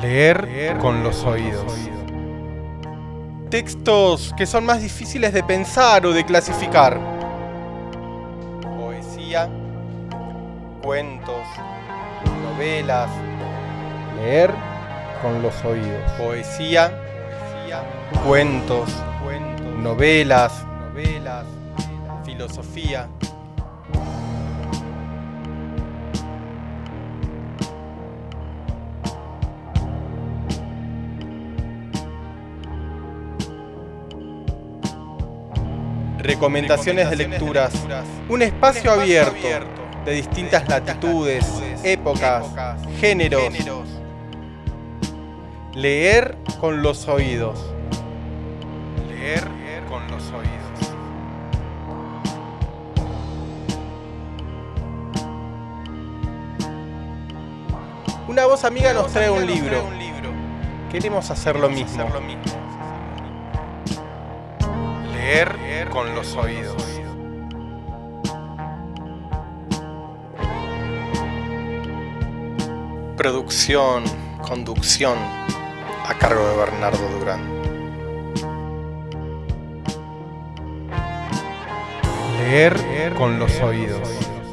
Leer con los oídos. Textos que son más difíciles de pensar o de clasificar. Poesía, cuentos, novelas. Leer con los oídos. Poesía, cuentos, novelas, filosofía. Recomendaciones de lecturas. Un espacio abierto de distintas latitudes, épocas, géneros. Leer con los oídos. Leer con los oídos. Una voz amiga nos trae un libro. Queremos hacer lo mismo. Leer con los oídos. Producción, conducción, a cargo de Bernardo Durán. Leer con los oídos.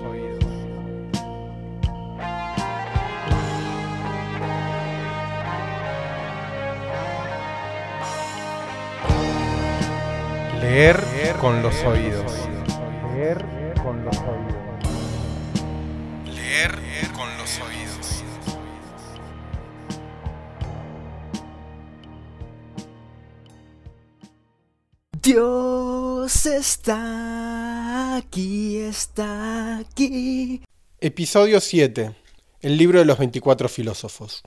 Leer con los oídos. Leer con los oídos. Leer con los oídos. Dios está aquí, está aquí. Episodio 7. El libro de los 24 filósofos.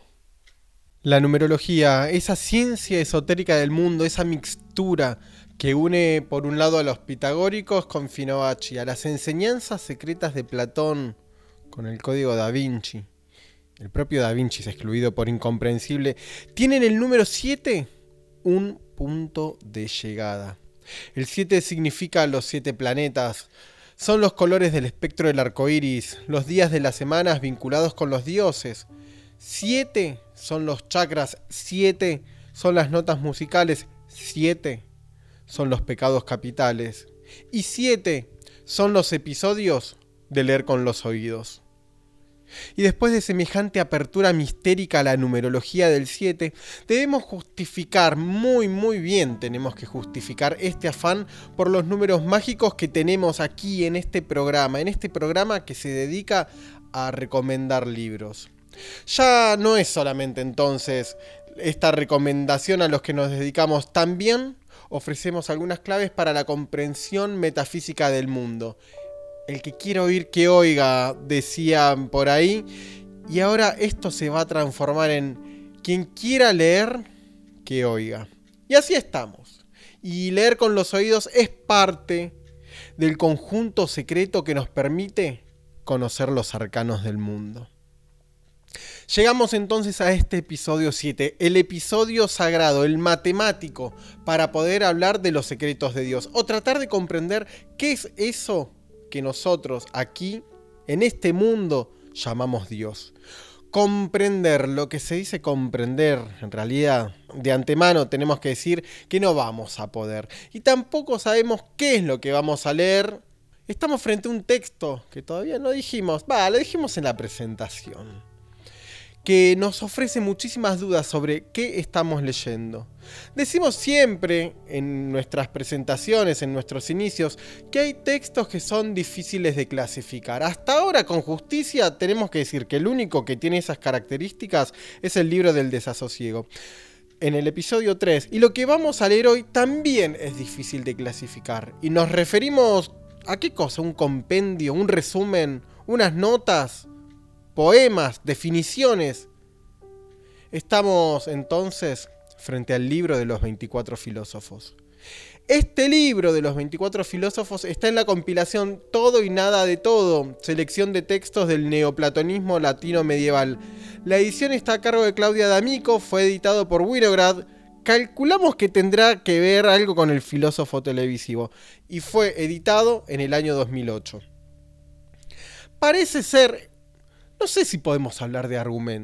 La numerología, esa ciencia esotérica del mundo, esa mixtura que une por un lado a los pitagóricos con Fibonacci, a las enseñanzas secretas de Platón con el código da Vinci. El propio da Vinci es excluido por incomprensible. Tienen el número 7 un punto de llegada. El 7 significa los 7 planetas. Son los colores del espectro del arco iris, los días de las semanas vinculados con los dioses. 7 son los chakras, 7 son las notas musicales, 7 son los pecados capitales y 7 son los episodios de leer con los oídos. Y después de semejante apertura mistérica a la numerología del 7, debemos justificar, muy bien tenemos que justificar este afán por los números mágicos que tenemos aquí en este programa que se dedica a recomendar libros. Ya no es solamente entonces esta recomendación a los que nos dedicamos, también ofrecemos algunas claves para la comprensión metafísica del mundo. El que quiera oír, que oiga, decían por ahí. Y ahora esto se va a transformar en quien quiera leer, que oiga. Y así estamos. Y leer con los oídos es parte del conjunto secreto que nos permite conocer los arcanos del mundo. Llegamos entonces a este episodio 7, el episodio sagrado, el matemático, para poder hablar de los secretos de Dios, o tratar de comprender qué es eso que nosotros aquí, en este mundo, llamamos Dios. Comprender lo que se dice comprender, en realidad, de antemano tenemos que decir que no vamos a poder. Y tampoco sabemos qué es lo que vamos a leer. Estamos frente a un texto que todavía no dijimos, lo dijimos en la presentación, que nos ofrece muchísimas dudas sobre qué estamos leyendo. Decimos siempre en nuestras presentaciones, en nuestros inicios, que hay textos que son difíciles de clasificar. Hasta ahora, con justicia, tenemos que decir que el único que tiene esas características es el libro del desasosiego. En el episodio 3, y lo que vamos a leer hoy también es difícil de clasificar. Y nos referimos a qué cosa, un compendio, un resumen, unas notas, poemas, definiciones. Estamos entonces frente al libro de los 24 filósofos. Este libro de los 24 filósofos está en la compilación Todo y Nada de Todo, selección de textos del neoplatonismo latino medieval. La edición está a cargo de Claudia D'Amico, fue editado por Winograd. Calculamos que tendrá que ver algo con el filósofo televisivo y fue editado en el año 2008. Parece ser, no sé si podemos hablar de argumento,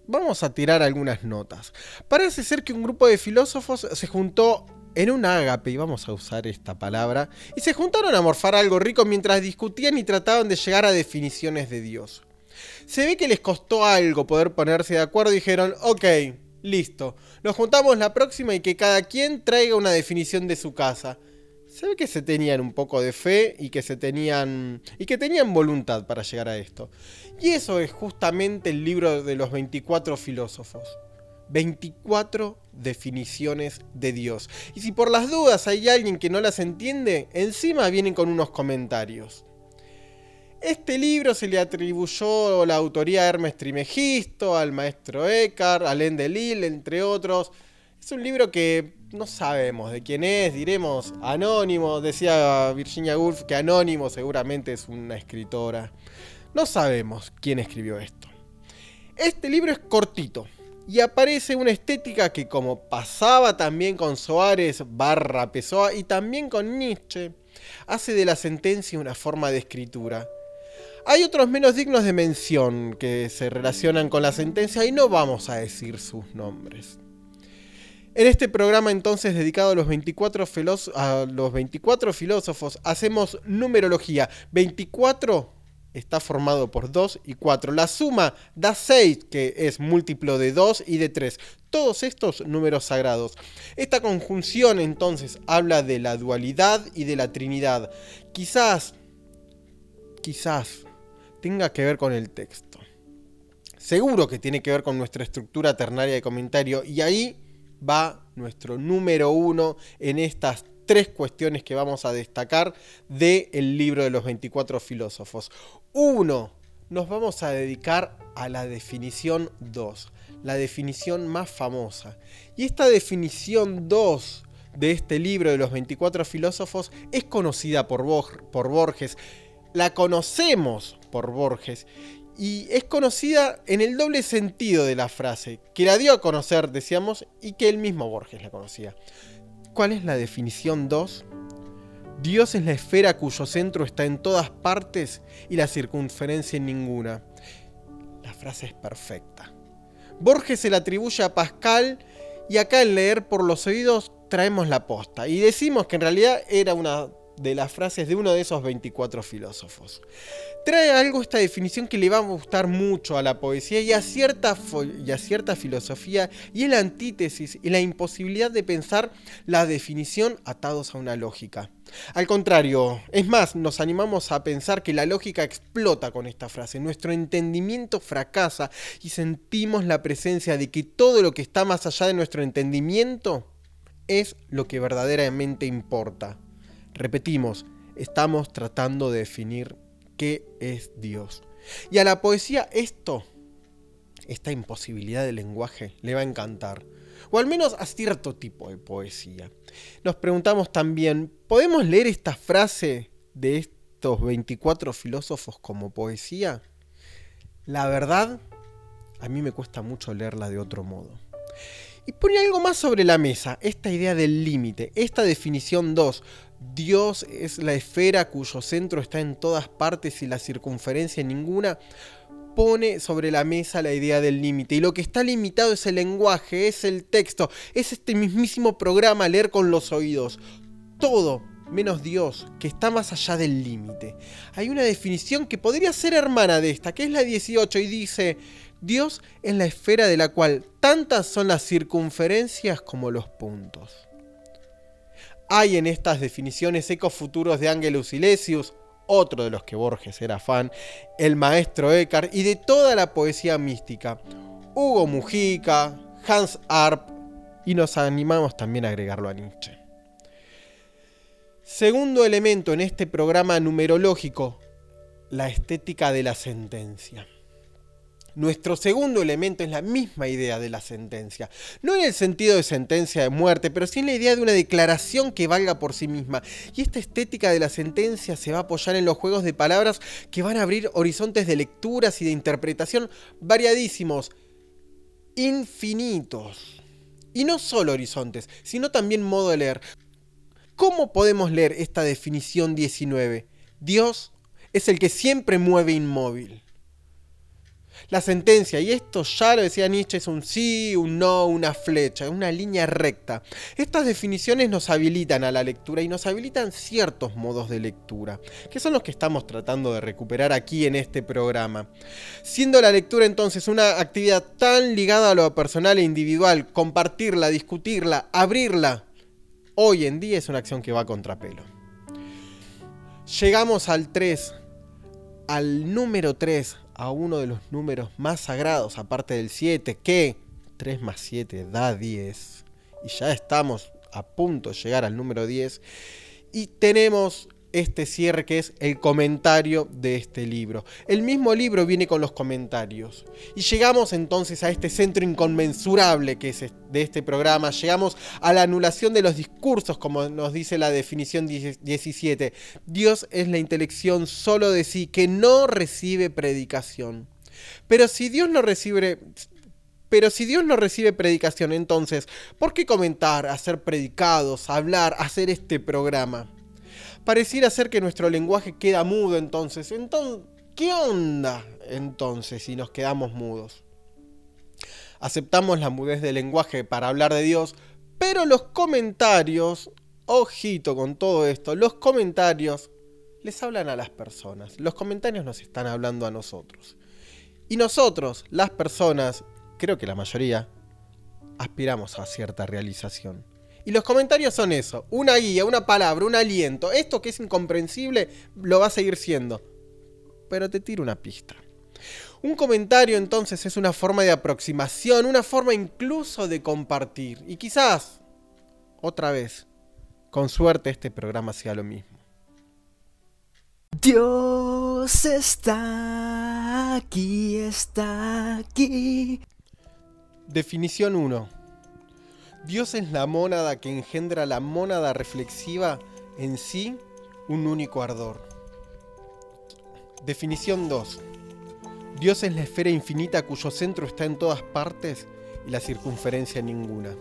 vamos a tirar algunas notas. Parece ser que un grupo de filósofos se juntó en un ágape, y vamos a usar esta palabra, y se juntaron a morfar algo rico mientras discutían y trataban de llegar a definiciones de Dios. Se ve que les costó algo poder ponerse de acuerdo y dijeron, ok, listo, nos juntamos la próxima y que cada quien traiga una definición de su casa. Se ve que se tenían un poco de fe y que tenían voluntad para llegar a esto. Y eso es justamente el libro de los 24 filósofos. 24 definiciones de Dios. Y si por las dudas hay alguien que no las entiende, encima vienen con unos comentarios. Este libro se le atribuyó la autoría a Hermes Trismegisto, al maestro Eckhart, a Alain Delille, entre otros. Es un libro que no sabemos de quién es, diremos anónimo. Decía Virginia Woolf que anónimo seguramente es una escritora. No sabemos quién escribió esto. Este libro es cortito y aparece una estética que, como pasaba también con Soares / Pessoa y también con Nietzsche, hace de la sentencia una forma de escritura. Hay otros menos dignos de mención que se relacionan con la sentencia y no vamos a decir sus nombres. En este programa entonces dedicado a los 24 filósofos hacemos numerología. 24 está formado por 2 y 4. La suma da 6, que es múltiplo de 2 y de 3. Todos estos números sagrados. Esta conjunción entonces habla de la dualidad y de la Trinidad. Quizás tenga que ver con el texto. Seguro que tiene que ver con nuestra estructura ternaria de comentario y ahí va nuestro número 1 en estas 3 cuestiones que vamos a destacar del libro de los 24 filósofos. 1. Nos vamos a dedicar a la definición 2, la definición más famosa. Y esta definición 2 de este libro de los 24 filósofos es conocida por Borges. La conocemos por Borges y es conocida en el doble sentido de la frase, que la dio a conocer, decíamos, y que el mismo Borges la conocía. ¿Cuál es la definición 2? Dios es la esfera cuyo centro está en todas partes y la circunferencia en ninguna. La frase es perfecta. Borges se la atribuye a Pascal y acá en Leer por los Oídos traemos la posta y decimos que en realidad era una de las frases de uno de esos 24 filósofos. Trae algo esta definición que le va a gustar mucho a la poesía y a cierta filosofía, y es la antítesis y la imposibilidad de pensar la definición atados a una lógica. Al contrario, es más, nos animamos a pensar que la lógica explota con esta frase. Nuestro entendimiento fracasa y sentimos la presencia de que todo lo que está más allá de nuestro entendimiento es lo que verdaderamente importa. Repetimos, estamos tratando de definir qué es Dios. Y a la poesía esta imposibilidad del lenguaje le va a encantar. O al menos a cierto tipo de poesía. Nos preguntamos también, ¿podemos leer esta frase de estos 24 filósofos como poesía? La verdad, a mí me cuesta mucho leerla de otro modo. Y pone algo más sobre la mesa, esta idea del límite, esta definición 2. Dios es la esfera cuyo centro está en todas partes y la circunferencia en ninguna. Pone sobre la mesa la idea del límite. Y lo que está limitado es el lenguaje, es el texto, es este mismísimo programa Leer con los Oídos. Todo menos Dios, que está más allá del límite. Hay una definición que podría ser hermana de esta, que es la 18, y dice: Dios es la esfera de la cual tantas son las circunferencias como los puntos. Hay en estas definiciones ecos futuros de Angelus Silesius, otro de los que Borges era fan, el maestro Eckhart y de toda la poesía mística, Hugo Mujica, Hans Arp, y nos animamos también a agregarlo a Nietzsche. Segundo elemento en este programa numerológico, la estética de la sentencia. Nuestro segundo elemento es la misma idea de la sentencia. No en el sentido de sentencia de muerte, pero sí en la idea de una declaración que valga por sí misma. Y esta estética de la sentencia se va a apoyar en los juegos de palabras que van a abrir horizontes de lecturas y de interpretación variadísimos, infinitos. Y no solo horizontes, sino también modo de leer. ¿Cómo podemos leer esta definición 19? Dios es el que siempre mueve inmóvil. La sentencia, y esto ya lo decía Nietzsche, es un sí, un no, una flecha, una línea recta. Estas definiciones nos habilitan a la lectura y nos habilitan ciertos modos de lectura, que son los que estamos tratando de recuperar aquí en este programa. Siendo la lectura entonces una actividad tan ligada a lo personal e individual, compartirla, discutirla, abrirla, hoy en día es una acción que va a contrapelo. Llegamos al 3, al número 3, a uno de los números más sagrados, aparte del 7, que 3 más 7 da 10. Y ya estamos a punto de llegar al número 10. Y tenemos este cierre que es el comentario de este libro. El mismo libro viene con los comentarios. Y llegamos entonces a este centro inconmensurable que es de este programa. Llegamos a la anulación de los discursos, como nos dice la definición 17. Dios es la intelección solo de sí, que no recibe predicación. Pero si Dios no recibe predicación, entonces, ¿por qué comentar, hacer predicados, hablar, hacer este programa? Pareciera ser que nuestro lenguaje queda mudo entonces. ¿Qué onda entonces si nos quedamos mudos? Aceptamos la mudez del lenguaje para hablar de Dios, pero los comentarios, ojito con todo esto, los comentarios les hablan a las personas. Los comentarios nos están hablando a nosotros. Y nosotros, las personas, creo que la mayoría, aspiramos a cierta realización. Y los comentarios son eso, una guía, una palabra, un aliento. Esto que es incomprensible lo va a seguir siendo. Pero te tiro una pista. Un comentario entonces es una forma de aproximación, una forma incluso de compartir. Y quizás, otra vez, con suerte este programa sea lo mismo. Dios está aquí, está aquí. Definición 1. Dios es la mónada que engendra la mónada reflexiva en sí un único ardor. Definición 2. Dios es la esfera infinita cuyo centro está en todas partes y la circunferencia en ninguna.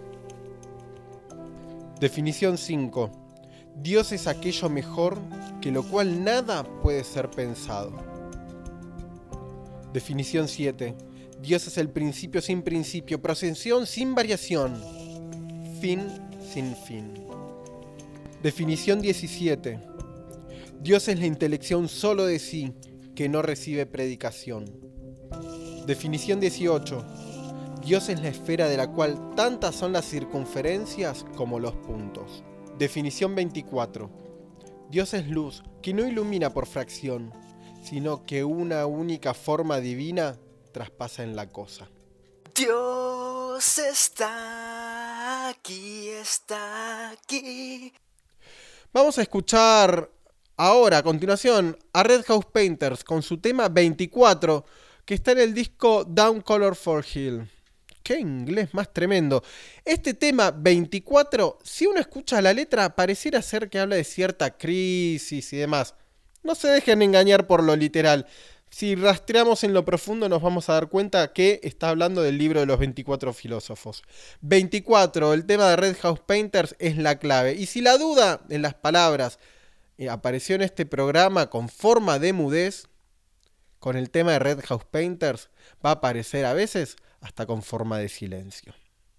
Definición 5. Dios es aquello mejor que lo cual nada puede ser pensado. Definición 7. Dios es el principio sin principio, procesión sin variación. Fin sin fin. Definición 17. Dios es la intelección solo de sí, que no recibe predicación. Definición 18. Dios es la esfera de la cual tantas son las circunferencias como los puntos. Definición 24. Dios es luz, que no ilumina por fracción, sino que una única forma divina traspasa en la cosa. Dios está aquí, está aquí. Vamos a escuchar ahora, a continuación, a Red House Painters con su tema 24, que está en el disco Down Color for Hill. ¡Qué inglés más tremendo! Este tema 24, si uno escucha la letra, pareciera ser que habla de cierta crisis y demás. No se dejen engañar por lo literal. Si rastreamos en lo profundo nos vamos a dar cuenta que está hablando del libro de los 24 filósofos. 24, el tema de Red House Painters es la clave. Y si la duda en las palabras apareció en este programa con forma de mudez, con el tema de Red House Painters va a aparecer a veces hasta con forma de silencio.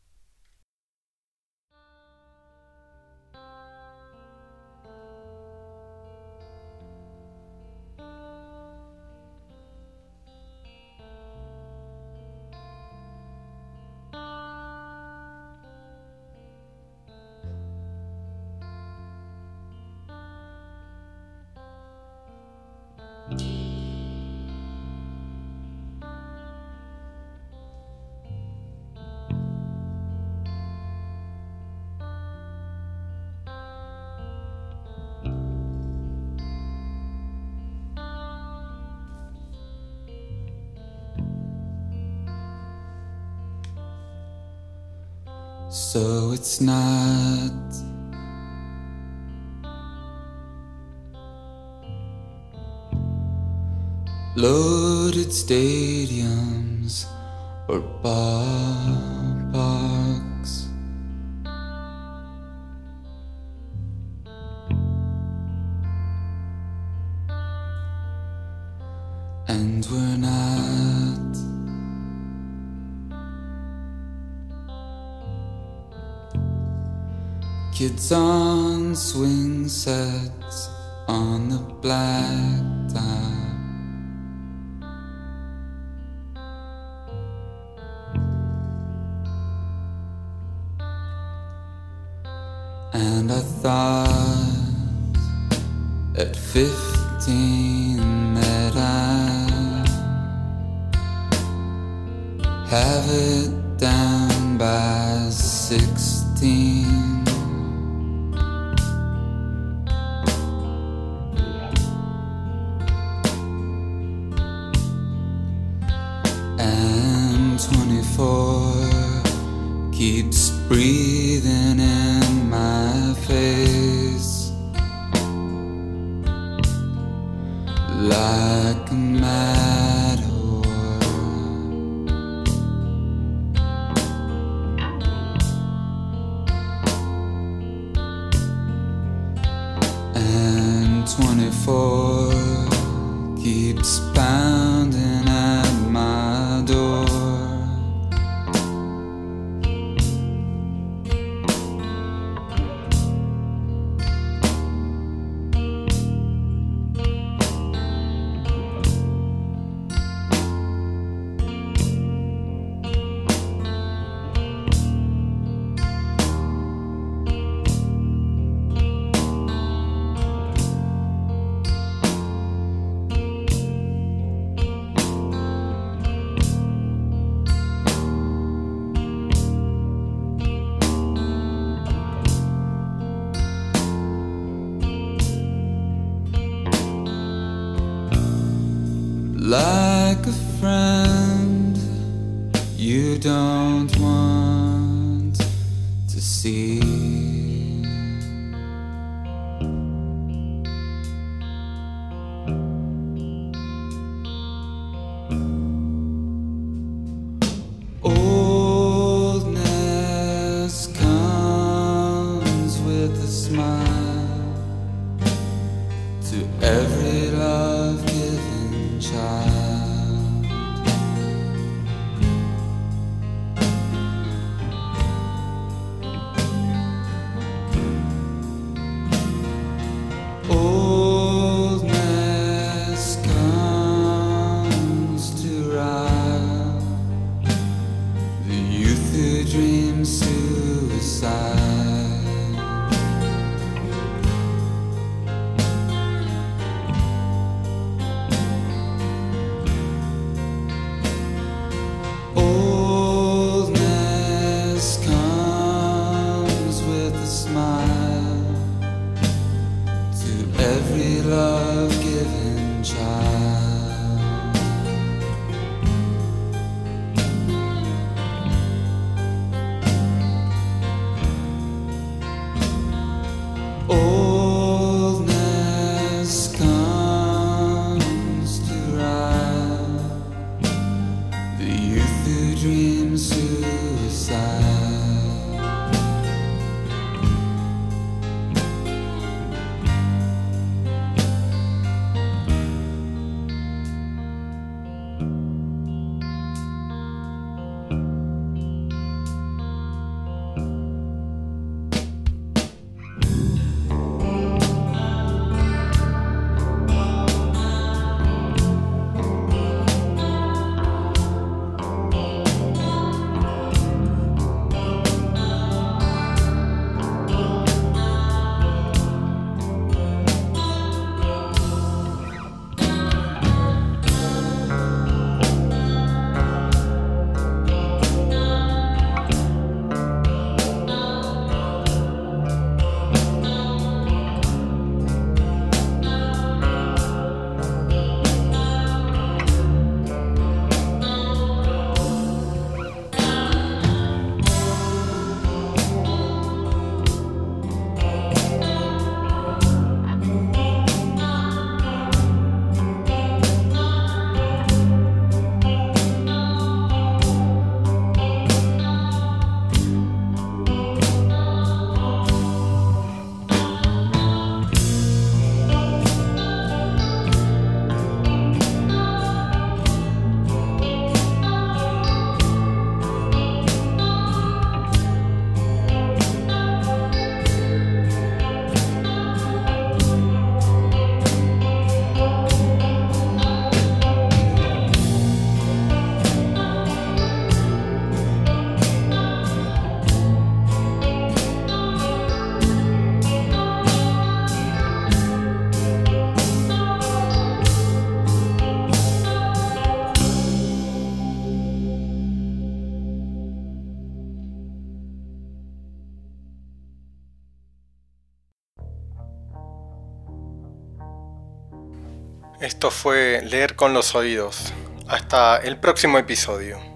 So it's not loaded stadiums or ballparks. And we're not Kids on swing sets on the blacktop. And I thought at 15 that I'd have it down by 16. And 24 keeps breathing in my face like a mad whore. And 24 keeps pounding at my door. Like a friend you don't want to see. Oldness comes with a smile to every love-given child. Oldness comes to rile the youth who dreams suicide. Oldness comes with a smile to every love-given child. Oldness comes to rile the youth who dreams suicide. Esto fue Leer con los Oídos. Hasta el próximo episodio.